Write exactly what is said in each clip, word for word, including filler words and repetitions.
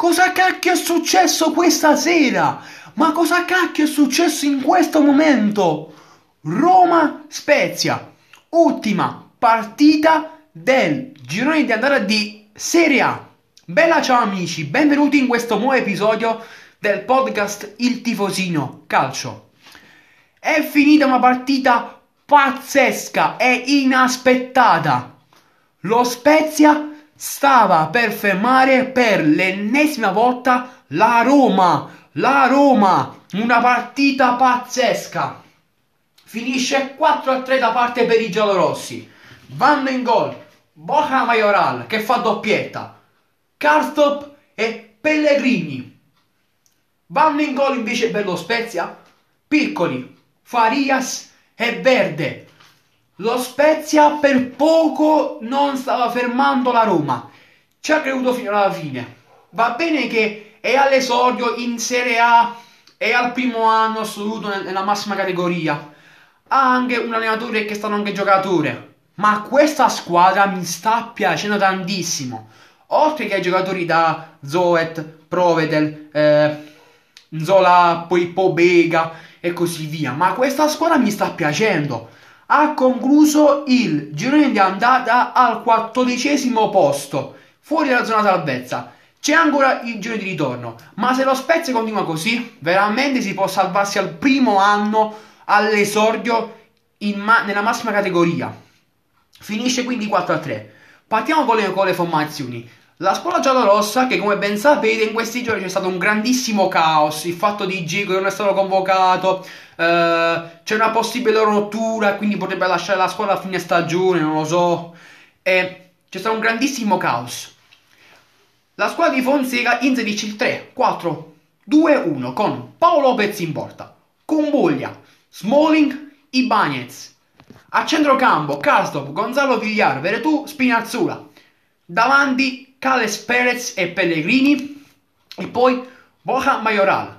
Cosa cacchio è successo questa sera? Ma cosa cacchio è successo in questo momento? Roma-Spezia, ultima partita del girone di andata di Serie A. Bella ciao amici, benvenuti in questo nuovo episodio del podcast Il Tifosino Calcio. È finita una partita pazzesca e inaspettata. Lo Spezia stava per fermare per l'ennesima volta la Roma. La Roma, una partita pazzesca. Finisce quattro a tre da parte per i giallorossi. Vanno in gol Borja Mayoral che fa doppietta, Karsdorp e Pellegrini. Vanno in gol invece per lo Spezia Piccoli, Farias e Verde. Lo Spezia per poco non stava fermando la Roma. Ci ha creduto fino alla fine. Va bene che è all'esordio in Serie A, è al primo anno assoluto nella massima categoria. Ha anche un allenatore che è stato anche giocatore. Ma questa squadra mi sta piacendo tantissimo. Oltre che ai giocatori da Zoet, Provedel, eh, Zola, poi Pobega e così via. Ma questa squadra mi sta piacendo. Ha concluso il girone di andata al quattordicesimo posto, fuori dalla zona salvezza. C'è ancora il girone di ritorno, ma se lo Spezia continua così, veramente si può salvarsi al primo anno all'esordio in ma- nella massima categoria. Finisce quindi quattro a tre. Partiamo con le, con le formazioni. La squadra giallorossa, che come ben sapete in questi giorni c'è stato un grandissimo caos, il fatto di Dzeko che non è stato convocato, eh, c'è una possibile rottura, quindi potrebbe lasciare la squadra a fine stagione, non lo so, e c'è stato un grandissimo caos. La squadra di Fonseca inserisce il tre quattro due uno con Paolo Lopez in porta, Kumbulla, Smalling, Ibanez. A centrocampo Karsdorp, Gonzalo Villar, Veretout, Spinazzola. Davanti Carles Perez e Pellegrini. E poi Borja Mayoral.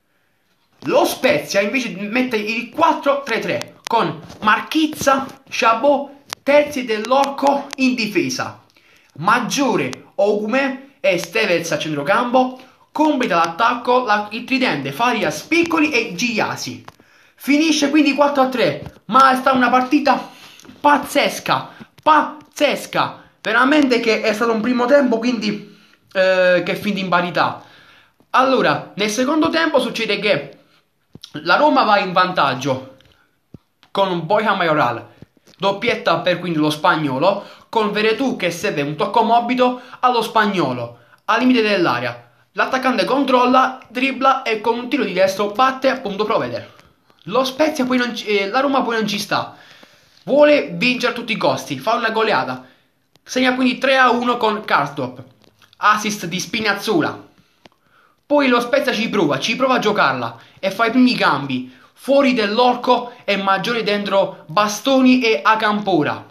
Lo Spezia invece mette il quattro tre tre con Marchizza, Chabot, Terzi dell'Orco in difesa. Maggiore, Ogume e Stevez a centrocampo. Completa l'attacco la, il tridente Farias, Piccoli e Giasi. Finisce quindi quattro a tre, ma è stata una partita pazzesca, pazzesca, veramente che è stato un primo tempo quindi eh, che è finito in parità. Allora, nel secondo tempo succede che la Roma va in vantaggio con Borja Mayoral, doppietta per quindi lo spagnolo, con Veretout che serve un tocco morbido allo spagnolo, al limite dell'area. L'attaccante controlla, dribbla e con un tiro di destro batte appunto Provedel. Lo Spezia poi non ci, eh, la Roma poi non ci sta. Vuole vincere a tutti i costi, fa una goleata. Segna quindi tre a uno con Karsdorp. Assist di Spinazzola. Poi lo Spezia ci prova, ci prova a giocarla e fa i primi cambi. Fuori dell'Orco e Maggiore dentro Bastoni e Acampora.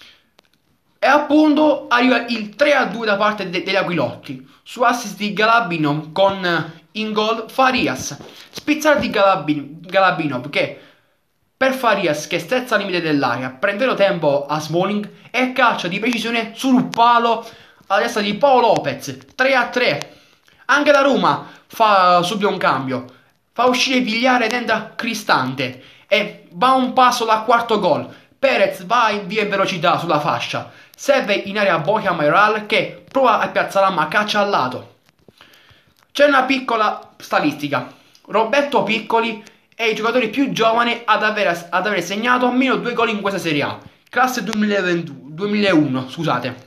E appunto arriva il tre a due da parte de- degli Aquilotti. Su assist di Galabinov con in gol Farias. Spizzare di Galabin- Galabinov che per Farias che stezza al limite dell'area, prende lo tempo a Smalling e calcia di precisione sul palo alla destra di Paolo Lopez. tre a tre. Anche la Roma fa subito un cambio. Fa uscire Vigliare ed entra Cristante e va un passo dal quarto gol. Perez va in via in velocità sulla fascia. Serve in area Borja Mayoral che prova a piazzare ma caccia al lato. C'è una piccola statistica. Roberto Piccoli è il giocatore più giovane ad aver, ad aver segnato almeno due gol in questa Serie A. Classe duemilaventi duemilauno, scusate.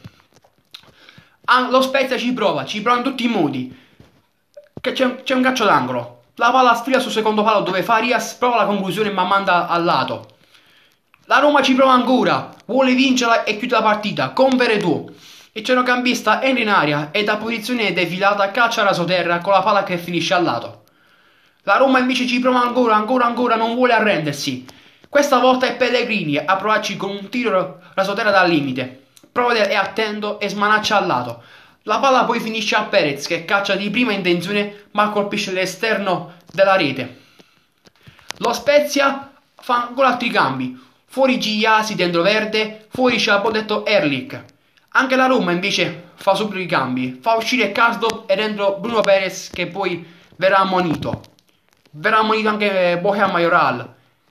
Ah, lo Spezia ci prova, ci prova in tutti i modi. Che c'è, c'è un calcio d'angolo. La palla sfila sul secondo palo dove Farias prova la conclusione ma manda al lato. La Roma ci prova ancora, vuole vincerla e chiude la partita con Veretout. Il centrocampista entra in aria e da posizione defilata caccia rasoterra con la palla che finisce al lato. La Roma invece ci prova ancora, ancora, ancora, non vuole arrendersi. Questa volta è Pellegrini a provarci con un tiro rasoterra dal limite. Provedel è attento e smanaccia al lato. La palla poi finisce a Perez che caccia di prima intenzione ma colpisce l'esterno della rete. Lo Spezia fa ancora altri cambi. Fuori Giasi dentro Verde, fuori Chabot detto Erlich. Anche la Roma invece fa subito i cambi, fa uscire Karsdorp e dentro Bruno Perez che poi verrà ammonito. Verrà ammonito anche Borja Mayoral.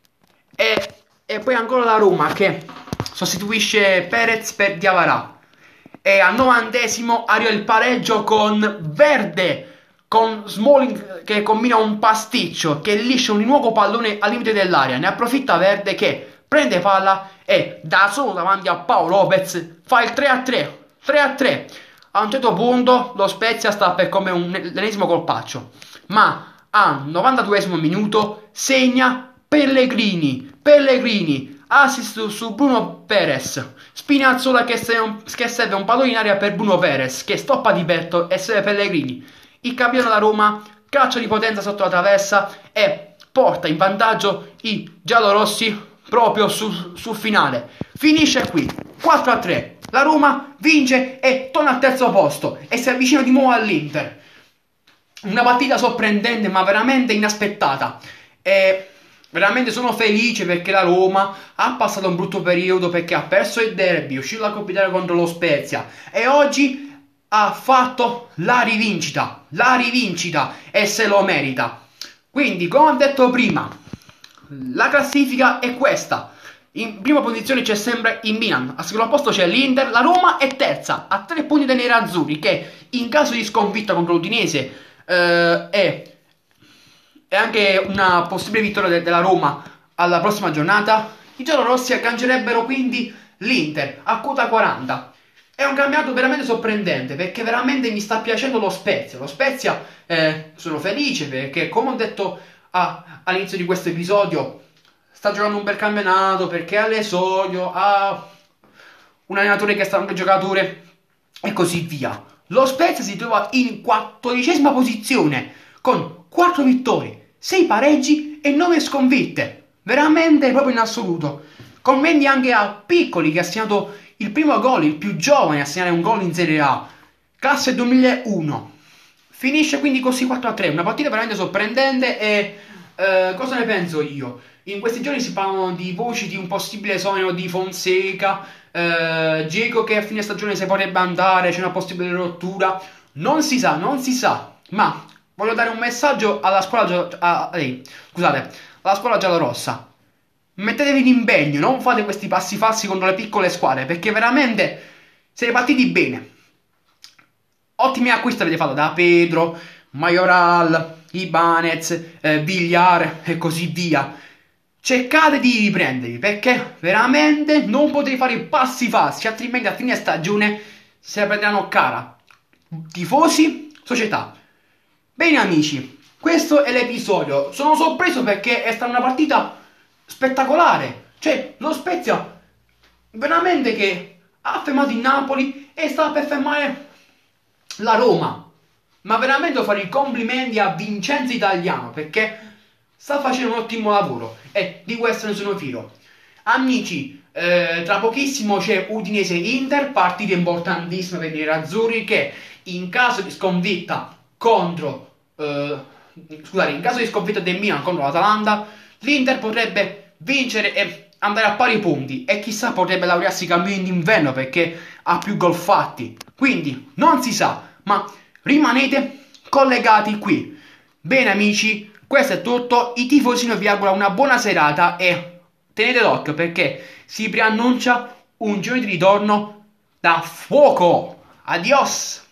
E, e poi ancora la Roma che sostituisce Perez per Diawara. E al novantesimo arriva il pareggio con Verde, con Smalling che combina un pasticcio, che liscia un nuovo pallone al limite dell'area. Ne approfitta Verde che prende palla e da solo davanti a Paolo Lopez fa il tre a tre. tre a tre. A un certo punto lo Spezia sta per come un l'ennesimo colpaccio, ma al novantaduesimo minuto segna Pellegrini. Pellegrini, assist su Bruno Perez. Spinazzola che serve, un, che serve un pallone in aria per Bruno Perez, che stoppa di petto e serve Pellegrini. Il campione da Roma, calcio di potenza sotto la traversa e porta in vantaggio i giallorossi proprio sul, sul finale. Finisce qui, quattro a tre. La Roma vince e torna al terzo posto e si avvicina di nuovo all'Inter. Una partita sorprendente ma veramente inaspettata. E veramente sono felice perché la Roma ha passato un brutto periodo, perché ha perso il derby, è uscito dalla Coppa Italia contro lo Spezia e oggi ha fatto la rivincita, la rivincita e se lo merita. Quindi, come ho detto prima, la classifica è questa. In prima posizione c'è sempre il Milan, al secondo posto c'è l'Inter, la Roma è terza a tre punti dai nerazzurri che in caso di sconfitta contro l'Udinese eh, è, è anche una possibile vittoria de- della Roma alla prossima giornata, i giallorossi aggancerebbero quindi l'Inter a quota quaranta. È un campionato veramente sorprendente perché veramente mi sta piacendo lo Spezia. Lo Spezia eh, sono felice perché, come ho detto a, all'inizio di questo episodio, sta giocando un bel campionato perché ha l'esordio, ha un allenatore che sta anche giocatore e così via. Lo Spezia si trova in quattordicesima posizione con quattro vittorie, sei pareggi e nove sconfitte. Veramente proprio in assoluto. Commenti anche a Piccoli che ha segnato il primo gol, il più giovane a segnare un gol in Serie A, classe duemilauno. Finisce quindi così quattro a tre, una partita veramente sorprendente. E eh, cosa ne penso io? In questi giorni si parlano di voci di un possibile esonero di Fonseca, eh, Dzeko che a fine stagione se potrebbe andare, c'è una possibile rottura, non si sa, non si sa, ma voglio dare un messaggio alla squadra, a, a, eh, scusate, alla squadra giallorossa. Mettetevi in impegno, non fate questi passi falsi contro le piccole squadre, perché veramente siete partiti bene. Ottimi acquisti avete fatto da Pedro, Mayoral, Ibanez, eh, Villar e così via. Cercate di riprendervi, perché veramente non potete fare passi falsi, altrimenti a fine stagione se la prenderanno cara. Tifosi, società. Bene amici, questo è l'episodio. Sono sorpreso perché è stata una partita spettacolare. Cioè, lo Spezia veramente che ha fermato il Napoli e stava per fermare la Roma. Ma veramente devo fare i complimenti a Vincenzo Italiano perché sta facendo un ottimo lavoro e di questo ne sono fiero. Amici, eh, tra pochissimo c'è Udinese Inter, partita importantissima per i nerazzurri che in caso di sconfitta contro eh, scusate, in caso di sconfitta del Milan contro l'Atalanta, l'Inter potrebbe vincere e andare a pari punti e chissà potrebbe laurearsi campione d'inverno perché ha più gol fatti. Quindi non si sa, ma rimanete collegati qui. Bene amici, questo è tutto. I tifosini vi auguro una buona serata e tenete d'occhio perché si preannuncia un giorno di ritorno da fuoco. Adios.